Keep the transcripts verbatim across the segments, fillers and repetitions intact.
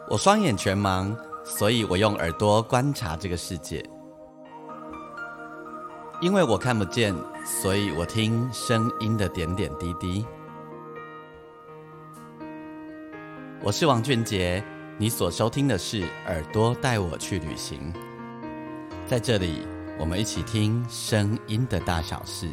我双眼全盲，所以我用耳朵观察这个世界。因为我看不见，所以我听声音的点点滴滴。我是王俊杰，你所收听的是耳朵带我去旅行。在这里，我们一起听声音的大小事。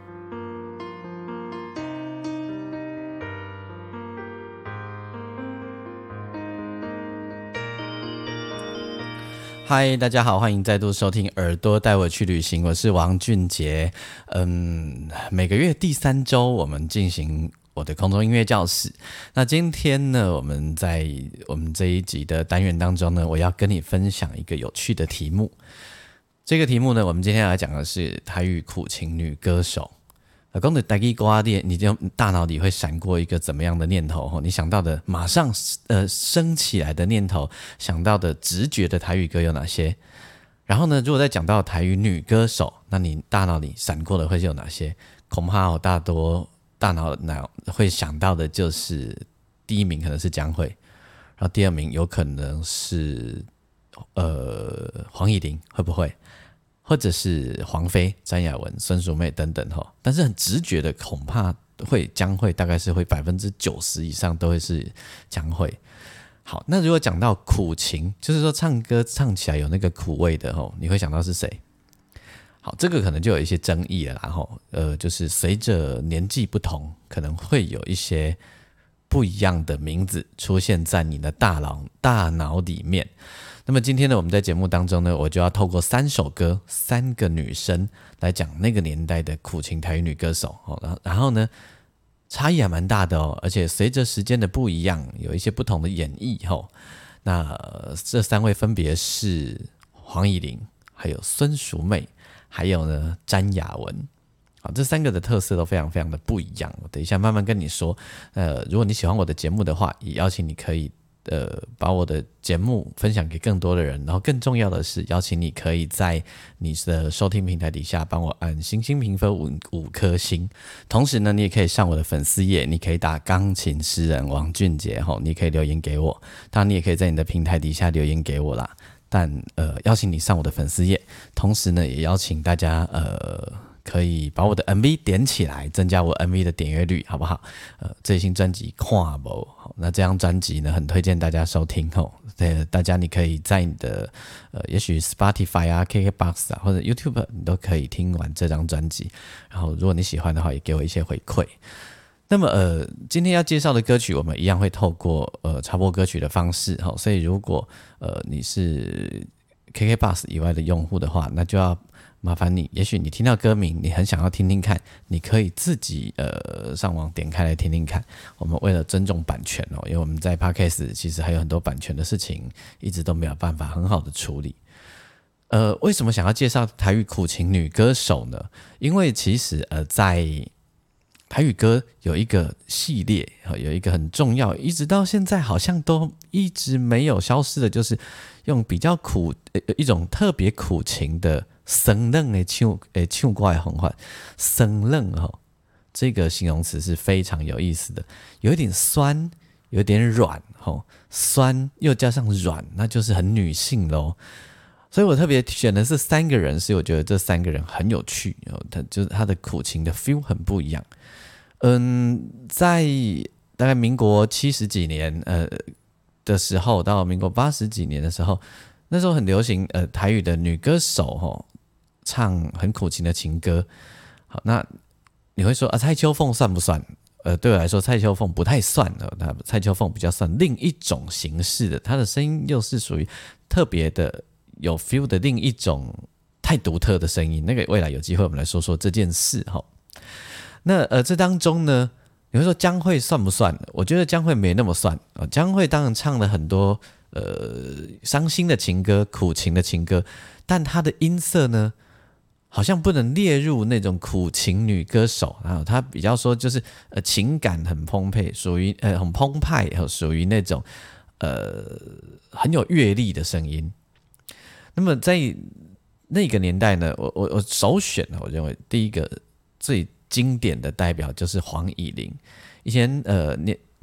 嗨，大家好，欢迎再度收听耳朵带我去旅行，我是王俊杰。嗯，每个月第三周我们进行我的空中音乐教室。那今天呢，我们在我们这一集的单元当中呢，我要跟你分享一个有趣的题目。这个题目呢，我们今天要来讲的是台语苦情女歌手。讲到台语歌仔，你就大脑里会闪过一个怎么样的念头？你想到的马上呃升起来的念头，想到的直觉的台语歌有哪些？然后呢，如果再讲到台语女歌手，那你大脑里闪过的会有哪些？恐怕我大多大脑会想到的就是第一名可能是江蕙，然后第二名有可能是呃黄乙玲，会不会？或者是黄妃、詹雅雯、孙淑媚等等，但是很直觉的，恐怕会江蕙大概是会百分之九十以上都会是江蕙。好，那如果讲到苦情，就是说唱歌唱起来有那个苦味的，你会想到是谁？好，这个可能就有一些争议了啦，然后呃，就是随着年纪不同，可能会有一些不一样的名字出现在你的大脑大脑里面。那么今天呢，我们在节目当中呢，我就要透过三首歌、三个女生来讲那个年代的苦情台语女歌手。然后呢，差异还蛮大的哦，而且随着时间的不一样，有一些不同的演绎。那这三位分别是黄乙玲，还有孙淑媚，还有呢詹雅雯。好，这三个的特色都非常非常的不一样。我等一下慢慢跟你说。呃，如果你喜欢我的节目的话，也邀请你可以。呃，把我的节目分享给更多的人，然后更重要的是，邀请你可以在你的收听平台底下帮我按星星评分 五, 五颗星。同时呢，你也可以上我的粉丝页，你可以打钢琴诗人王俊杰，你可以留言给我。当然，你也可以在你的平台底下留言给我啦。但呃，邀请你上我的粉丝页，同时呢，也邀请大家呃。可以把我的 M V 点起来，增加我 M V 的点阅率，好不好？呃，最新专辑看无，那这张专辑呢，很推荐大家收听吼。对，大家你可以在你的呃，也许 Spotify 啊、K K B O X 啊，或者 YouTube， 你都可以听完这张专辑。然后，如果你喜欢的话，也给我一些回馈。那么呃，今天要介绍的歌曲，我们一样会透过呃插播歌曲的方式吼。所以如果呃你是 K K B O X 以外的用户的话，那就要。麻烦你，也许你听到歌名，你很想要听听看，你可以自己呃上网点开来听听看。我们为了尊重版权哦，因为我们在 Podcast 其实还有很多版权的事情，一直都没有办法很好的处理。呃，为什么想要介绍台语苦情女歌手呢？因为其实呃在台语歌有一个系列，有一个很重要，一直到现在好像都一直没有消失的，就是用比较苦一种特别苦情的。生冷的唱诶唱歌的方法，生冷吼，这个形容词是非常有意思的，有一点酸，有一点软吼，酸又加上软，那就是很女性咯。所以我特别选的是三个人，是我觉得这三个人很有趣，他就是他的苦情的 feel 很不一样。嗯，在大概民国七十几年呃的时候，到民国八十几年的时候，那时候很流行呃台语的女歌手吼。唱很苦情的情歌。好，那你会说啊，蔡秋凤算不算？呃，对我来说，蔡秋凤不太算的。蔡秋凤比较算另一种形式的，她的声音又是属于特别的有 feel 的另一种太独特的声音。那个未来有机会我们来说说这件事哈。那呃，这当中呢，你会说江蕙算不算？我觉得江蕙没那么算啊。江蕙当然唱了很多呃伤心的情歌、苦情的情歌，但她的音色呢？好像不能列入那种苦情女歌手啊，她比较说就是呃情感很澎湃，属于呃很澎湃，属于那种呃很有阅历的声音。那么在那个年代呢，我我我首选我认为第一个最经典的代表就是黄乙玲。以前呃年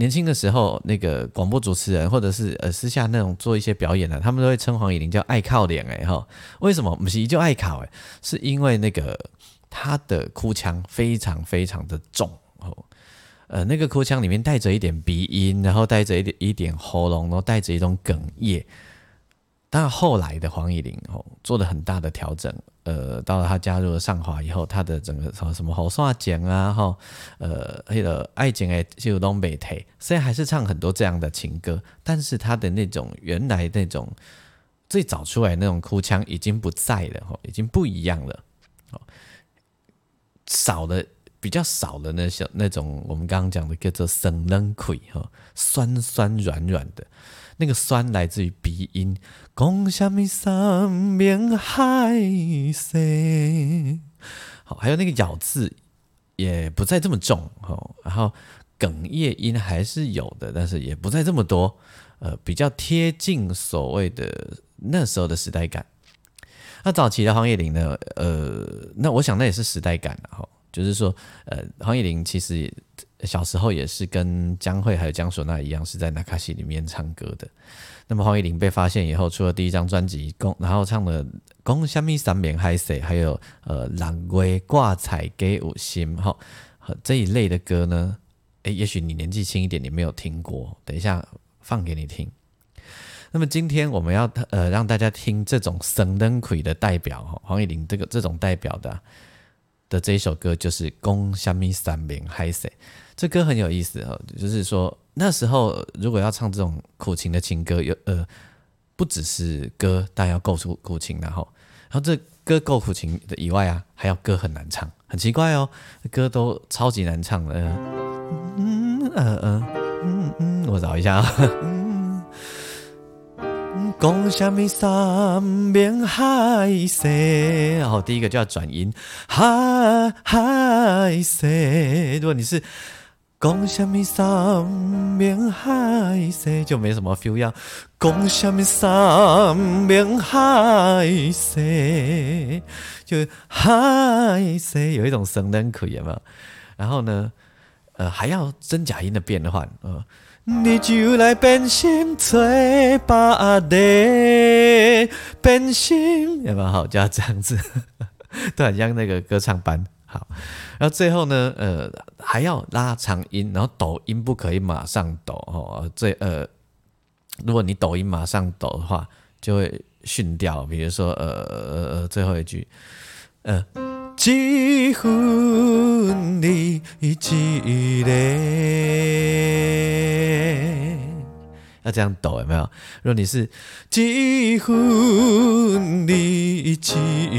年轻的时候，那个广播主持人或者是呃私下那种做一些表演的、啊，他们都会称黄以玲叫爱靠脸哎哈。为什么？不是就爱靠哎，是因为那个他的哭腔非常非常的重哦。呃，那个哭腔里面带着一点鼻音，然后带着一点一点喉咙，然后带着一种哽咽。当然后来的黄以玲哦，做了很大的调整。呃，到了他加入了上华以后，他的整个什么什么后刷剪啊，哈，呃，那个爱情的就东北台，虽然还是唱很多这样的情歌，但是他的那种原来那种最早出来那种哭腔已经不在了，已经不一样了，少了。比较少的那些那种我们刚刚讲的叫做生冷气哈，酸酸软软的，那个酸来自于鼻音。讲什么山盟海誓，好，还有那个咬字也不再这么重哈，然后哽咽音还是有的，但是也不再这么多，呃，比较贴近所谓的那时候的时代感。那早期的黄以玲呢，呃，那我想那也是时代感哈。就是说，呃，黄以玲其实小时候也是跟江蕙还有江索娜一样，是在那卡西里面唱歌的。那么黄以玲被发现以后，出了第一张专辑，然后唱了《讲什么三面海誓》，还有呃《人月挂彩给有心》哈这一类的歌呢，诶，也许你年纪轻一点，你没有听过，等一下放给你听。那么今天我们要呃让大家听这种生冷气的代表，黄以玲这个这种代表的、啊。的这一首歌就是《讲什么三面海誓》，这歌很有意思哦，就是说那时候如果要唱这种苦情的情歌，有呃不只是歌，当然要够出苦情，然后然后这歌够苦情的以外啊，还要歌很难唱，很奇怪哦，歌都超级难唱的。嗯呃呃嗯嗯，我找一下啊、哦。讲什么三面海誓，然后第一个就要转音，海海誓。如果你是讲什么三面海誓，就没什么 feel 要讲什么三面海誓，就海誓有一种生冷气有没有？然后呢，呃，还要真假音的变换，呃。你就来变心找别地变心，有没有好？就要这样子，都很像那个歌唱班。好，然后最后呢，呃，还要拉长音，然后抖音不可以马上抖哦。最呃，如果你抖音馬上抖的話，就會訓掉。比如說，呃呃最後一句，呃，一分你一個，要這樣抖有沒有？如果你是一分你一個，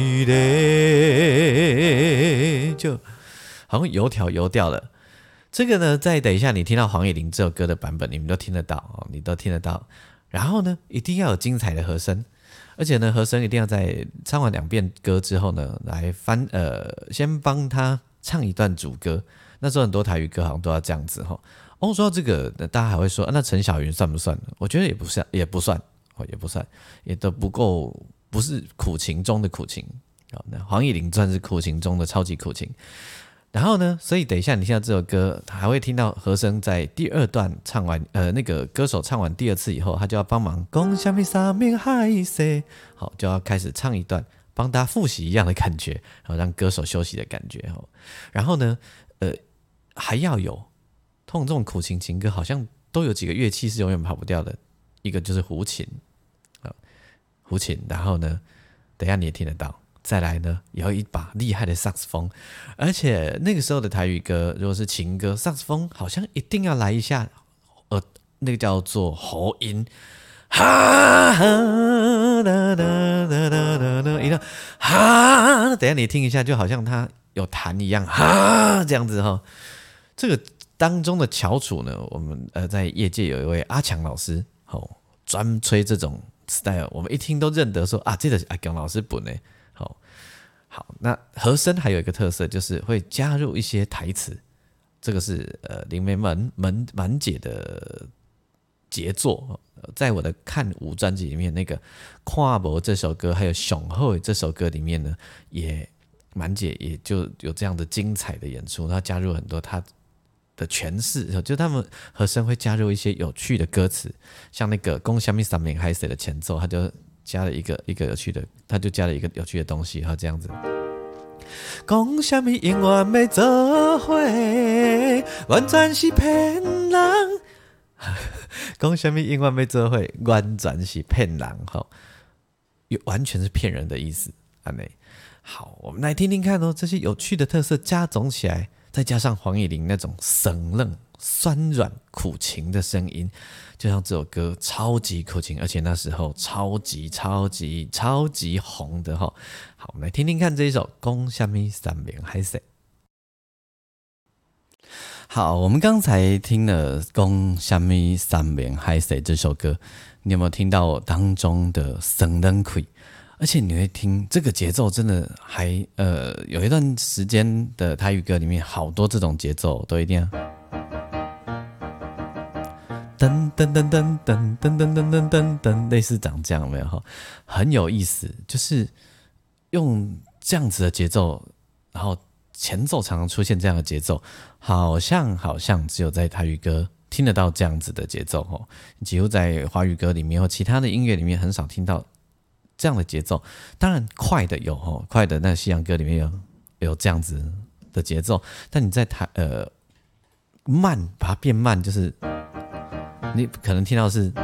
就好像油條油掉了。这个呢，再等一下你听到黄以玲这首歌的版本，你们都听得到哦，你都听得到。然后呢，一定要有精彩的和声，而且呢，和声一定要在唱完两遍歌之后呢，来翻呃，先帮他唱一段主歌。那时候很多台语歌好像都要这样子哈。哦，说到这个，大家还会说，啊、那陈小云算不算？我觉得也不算，也不算哦，也不算，也都不够，不是苦情中的苦情。好，那黄以玲算是苦情中的超级苦情。然后呢，所以等一下你听到这首歌，还会听到和声在第二段唱完，呃，那个歌手唱完第二次以后，他就要帮忙讲什么三面海誓，好，就要开始唱一段，帮大家复习一样的感觉，然后让歌手休息的感觉。然后呢，呃，还要有，通常这种苦情情歌好像都有几个乐器是永远跑不掉的，一个就是胡琴，胡琴，然后呢，等一下你也听得到。再来呢，有一把厉害的萨克斯风，而且那个时候的台语歌，如果是情歌，萨克斯风好像一定要来一下，呃，那个叫做喉音，哈哈哒哒哒哒哒哒，一个哈，等一下你听一下，就好像它有弹一样，哈，这样子哈。这个当中的翘楚呢，我们呃在业界有一位阿强老师，哦，专吹这种 style， 我们一听都认得说啊，这个是阿强老师本的。好，好，那和声还有一个特色，就是会加入一些台词，这个是呃林梅满满满姐的杰作，在我的看舞专辑里面，那个《看无》这首歌，还有《雄厚》这首歌里面呢，也满姐也就有这样的精彩的演出，她加入很多她的诠释，就他们和声会加入一些有趣的歌词，像那个讲什么三明海水的前奏，他就加了一个一个有趣的，他就加了一个有趣的东西，然后这样子。讲什么永远要做伙，完全是骗人。讲什么永远要做伙，完全是骗人，吼，完全是骗人的意思。安内，好，我们来听听看哦，这些有趣的特色加总起来，再加上黄以玲那种生冷、酸软、苦情的声音，就像这首歌超级苦情，而且那时候超级超级超级红的吼。好，我们来听听看这一首《讲什么三明海水》。好，我们刚才听了《讲什么三明海水》这首歌，你有没有听到当中的生冷气？而且你会听这个节奏，真的还呃有一段时间的台语歌里面，好多这种节奏都一定要噔噔噔噔噔噔噔噔噔噔噔，类似长这样没有？很有意思，就是用这样子的节奏，然后前奏常常出现这样的节奏，好像好像只有在台语歌听得到这样子的节奏哦，几乎在华语歌里面或其他的音乐里面很少听到这样的节奏。当然快的有哦，快的那西洋歌里面有有这样子的节奏，但你在台呃慢把它变慢，就是你可能听到是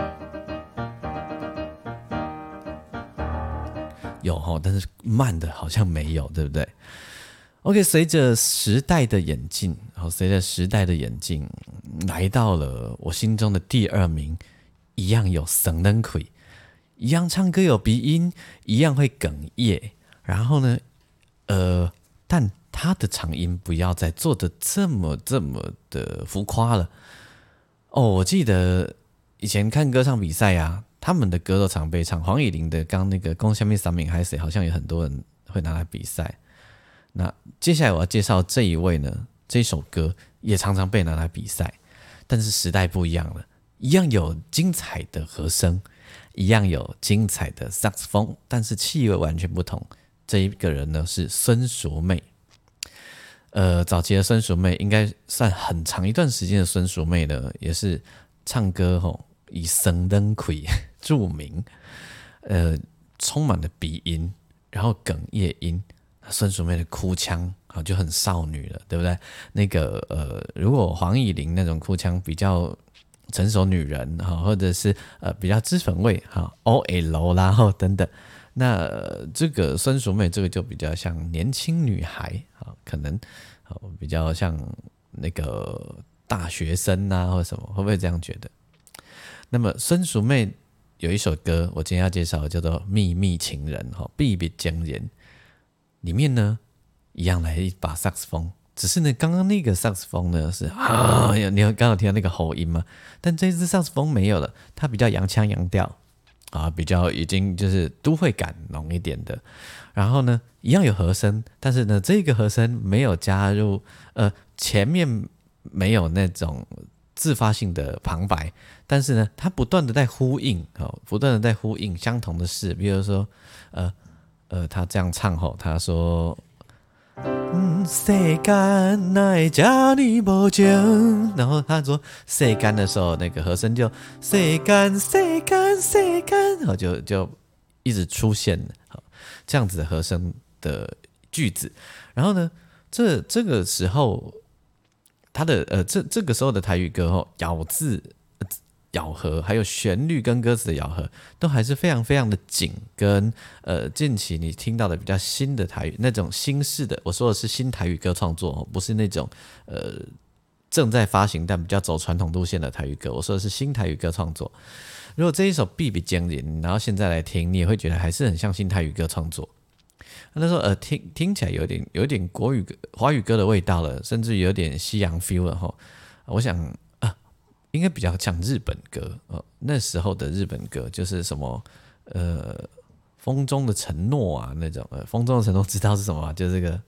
有哦，但是慢的好像没有，对不对？OK， 随着时代的演进，随着时代的演进，来到了我心中的第二名，一样有生冷气，一样唱歌有鼻音，一样会哽咽，然后呢，呃，但他的长音不要再做的这么这么的浮夸了。哦，我记得以前看歌唱比赛啊，他们的歌都常被唱，黄以玲的刚那个《讲什么三明海水》，好像有很多人会拿来比赛。那接下来我要介绍这一位呢，这首歌也常常被拿来比赛，但是时代不一样了，一样有精彩的和声，一样有精彩的萨克斯风，但是气味完全不同。这一个人呢是孙淑媚，呃，早期的孙淑媚应该算很长一段时间的孙淑媚呢，也是唱歌吼以生冷气著名，呃，充满了鼻音，然后哽咽音。孙淑媚的哭腔就很少女了，对不对？那个呃，如果黄以玲那种哭腔比较成熟女人或者是呃比较脂粉味哈 O L 啦后等等，那、呃、这个孙淑媚这个就比较像年轻女孩啊，可能、呃、比较像那个大学生啊或什么，会不会这样觉得？那么孙淑媚有一首歌，我今天要介绍的叫做《秘密情人》哈，秘密情人。里面呢，一样来一把萨克斯风，只是呢，刚刚那个萨克斯风呢是啊，你刚刚有听到那个喉音吗？但这支萨克斯风没有了，它比较洋腔洋调啊，比较已经就是都会感浓一点的。然后呢，一样有和声，但是呢，这个和声没有加入呃前面没有那种自发性的旁白，但是呢，它不断的在呼应，哦，不断的在呼应相同的事，比如说呃。呃，他这样唱吼，他说：“嗯，世间哪会这么无情？”然后他说“世间”的时候，那个和声就“世间，世间，世间”，然后就就一直出现这样子的和声的句子。然后呢，这这个时候，他的呃，这这个时候的台语歌吼，咬字。咬合还有旋律跟歌词的咬合都还是非常非常的紧，跟呃近期你听到的比较新的台语那种新式的，我说的是新台语歌创作，不是那种呃正在发行但比较走传统路线的台语歌，我说的是新台语歌创作。如果这一首《比比经人》，然后现在来听，你也会觉得还是很像新台语歌创作。那时候呃听听起来有点有点国语华语歌的味道了，甚至有点西洋 feel 了哈。我想。应该比较像日本歌、哦、那时候的日本歌就是什么呃风中的承诺啊那种呃风中的承诺知道是什么吗？就是这个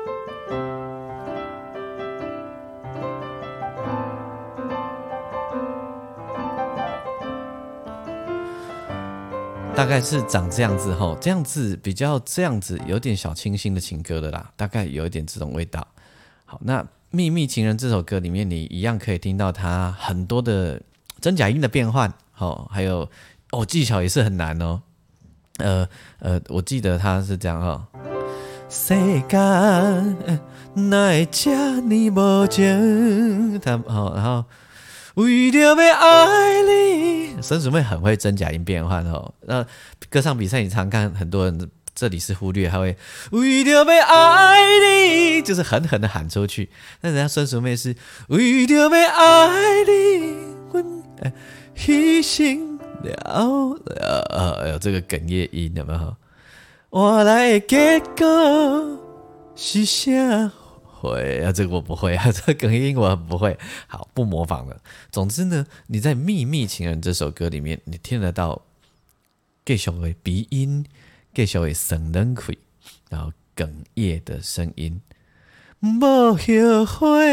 大概是长这样子吼，这样子比较这样子有点小清新的情歌的啦，大概有一点这种味道。好，那秘密情人》这首歌里面，你一样可以听到它很多的真假音的变换，哦，还有哦技巧也是很难哦。呃呃，我记得它是这样哦。世間哪會這呢無情？他好，然後為了要愛你，孙淑妹很會真假音變換哦。那歌唱比賽你常看，很多人這裡是忽略，他會為了要愛你，就是狠狠的喊出去。但人家孙淑妹是為了要愛你，我犧牲了，呃呃，有這個哽咽音有沒有？我來的結果是啥會啊？這個我不會啊，這個哽咽我不會。好，不模仿了。總之呢，你在《秘密情人》這首歌裡面，你聽得到繼續的鼻音，繼續的酸冷氣，然後哽咽的聲音。沒後悔，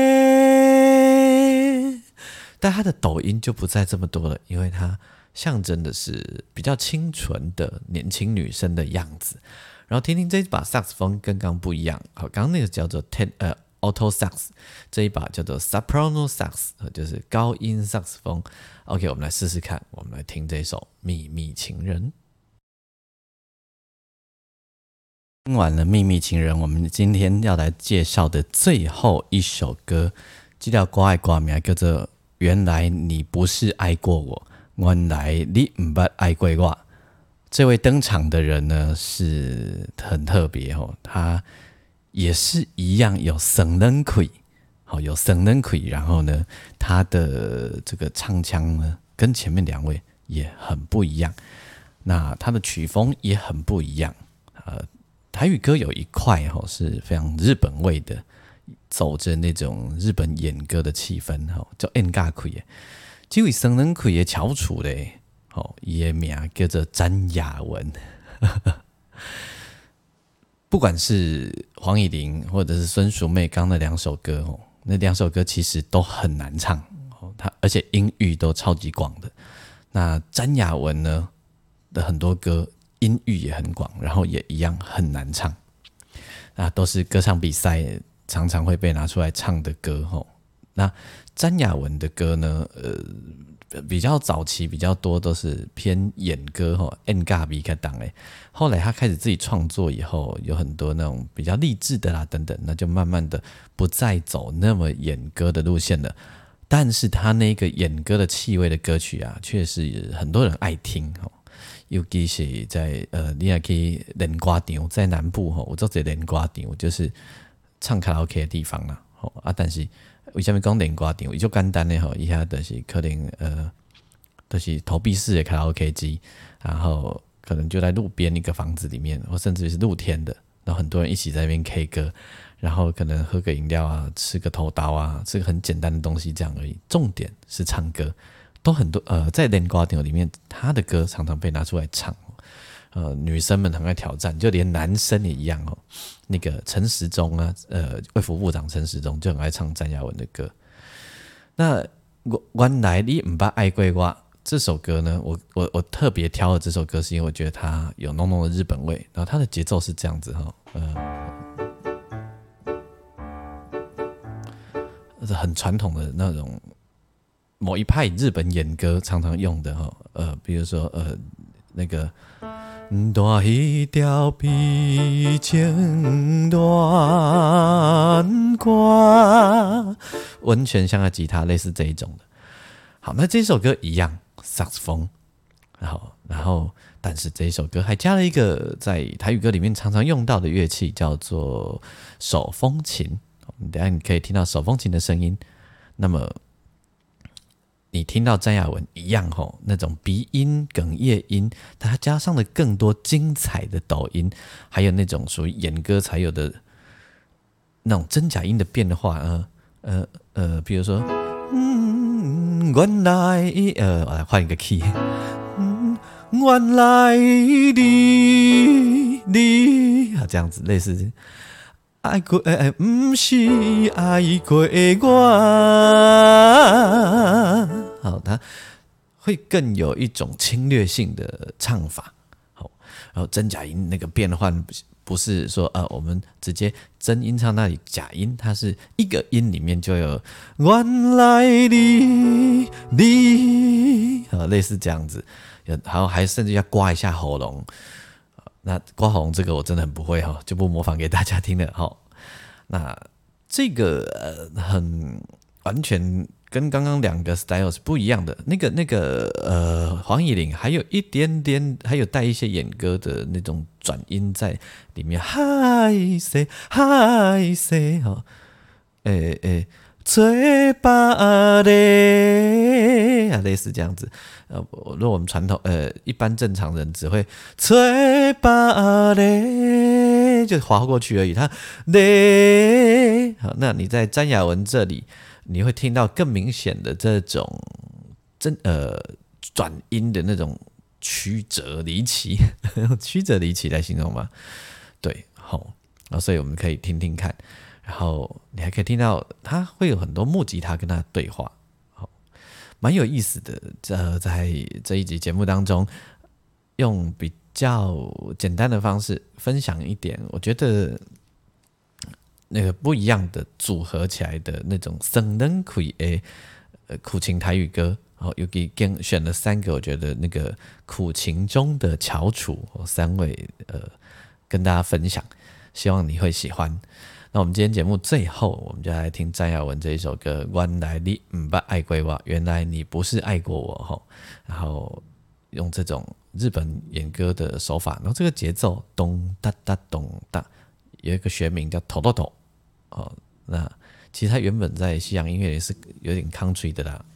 但它的抖音就不再這麼多了，因為它象徵的是比較清純的年輕女生的樣子。然後聽聽這一把薩克斯風跟剛剛不一樣，好，剛剛那個叫做 ten 呃 alto sax， 這一把叫做 soprano sax， 就是高音薩克斯風。OK， 我們來試試看，我們來聽這首《秘密情人》。聽完了《秘密情人》，我們今天要來介紹的最後一首歌，這條歌的歌名叫做《原來你不是愛過我》。原來你不捌愛過我。這位登場的人呢是很特別哦，他也是一樣有酸冷氣，好有酸冷氣，然後呢，他的這個唱腔呢跟前面兩位也很不一樣，那他的曲風也很不一樣。呃，台語歌有一塊哦是非常日本味的，走着那種日本演歌的氣氛，哦，叫演歌氣的。這位酸冷氣的翹楚嘞，哦，伊的名叫做詹雅雯。不管是黃乙玲或者是孫淑妹剛那兩首歌哦，那兩首歌其實都很難唱哦，它而且音域都超級廣的。那詹雅雯呢的很多歌音域也很廣，然後也一樣很難唱，那都是歌唱比賽常常會被拿出來唱的歌哦。那詹雅雯的歌呢，呃，比較早期比較多都是偏演歌吼，演歌比較重的。後來他開始自己創作以後，有很多那種比較勵志的啦等等，那就慢慢的不再走那麼演歌的路線了。但是他那個演歌的氣味的歌曲啊，確實很多人愛聽吼。尤其是在呃，你也可以練歌場，在南部吼，有做這練歌場，就是唱卡拉 OK 的地方啦。吼啊，但是為什麼講練歌場？伊就簡單的吼，以下就是可能呃，就是投幣式的卡拉 OK 機，然後可能就在路邊一個房子裡面，或甚至是露天的，然後很多人一起在那邊 K 歌，然後可能喝個飲料啊，吃個頭刀啊，吃個很簡單的東西這樣而已。重點是唱歌，都很多呃，在練歌場裡面，他的歌常常被拿出來唱。呃，女生們很愛挑戰，就連男生也一樣哦。那個陳時中啊，呃，衛福部長陳時中就很愛唱詹雅雯的歌。那原來你不捌愛過我這首歌呢，我我我特別挑了這首歌，是因為我覺得它有濃濃的日本味，然後它的節奏是這樣子哈，呃，很傳統的那種某一派日本演歌常常用的哈，呃，比如說呃那個。大迄條悲情戀歌，完全像個吉他，類似這一種的。好，那這首歌一樣，薩克斯風，然後，然後，但是這首歌還加了一個在台語歌裡面常常用到的樂器，叫做手風琴。等一下你可以聽到手風琴的聲音。那麼你聽到詹雅雯一樣吼，那種鼻音、哽咽音，它加上了更多精彩的抖音，還有那種屬於演歌才有的那種真假音的變化，呃呃呃，比如說，嗯，原來呃，我來換一個 key，嗯，原來你你啊，這樣子類似。愛過誒誒，不是愛過我。好，它會更有一種侵略性的唱法。好， 然后真假音那个变换不是说呃我们直接真音唱那里假音，它是一个音里面就有原来你你呃类似这样子，然后还甚至要刮一下喉咙。那刮喉咙这个我真的很不会哈，就不模仿给大家听了哈。那这个呃很完全跟刚刚两个 style 是不一样的。那个那个呃黄以玲还有一点点，还有带一些演歌的那种转音在里面，嗨谁嗨谁哈，诶诶。吹巴嘞啊，类似这样子。呃，如果我们传统呃一般正常人只会吹巴嘞，就划过去而已。它嘞，好，那你在詹雅雯这里，你会听到更明显的这种真呃转音的那种曲折离奇，曲折离奇来形容吗？对，好，啊，所以我们可以听听看。然后你还可以听到他会有很多木吉他跟他对话，好，蛮有意思的。呃，在这一集节目当中，用比较简单的方式分享一点，我觉得那个不一样的组合起来的那种生人可以的呃苦情台语歌。然后尤其选了三个，我觉得那个苦情中的翘楚，三位呃跟大家分享，希望你会喜欢。那我们今天节目最后，我们就来听詹雅雯这一首歌《原来你不爱过我》，原来你不是爱过我吼。然后用这种日本演歌的手法，然后这个节奏咚哒哒咚哒，有一个学名叫头头头哦。那其实它原本在西洋音乐里是有点 country 的啦。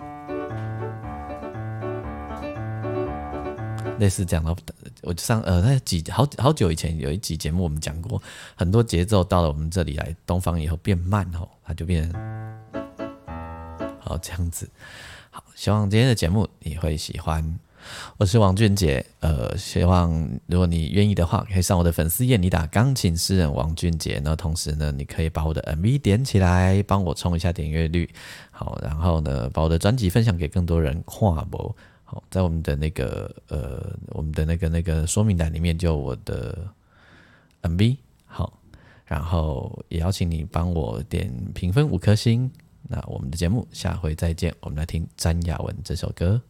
类似这样的，我上呃，在几好好久以前有一集节目，我们讲过很多节奏到了我们这里来东方以后变慢吼，它就变成好这样子。好，希望今天的节目你会喜欢。我是王俊杰，呃，希望如果你愿意的话，可以上我的粉丝页，你打钢琴诗人王俊杰，那同时呢，你可以把我的 M V 点起来，帮我冲一下点阅率，好，然后呢，把我的专辑分享给更多人看不。好，在我们的那个呃，我们的那个那个说明栏里面就有我的 M V， 好，然后也邀请你帮我点评分五颗星。那我们的节目下回再见，我们来听詹雅雯这首歌。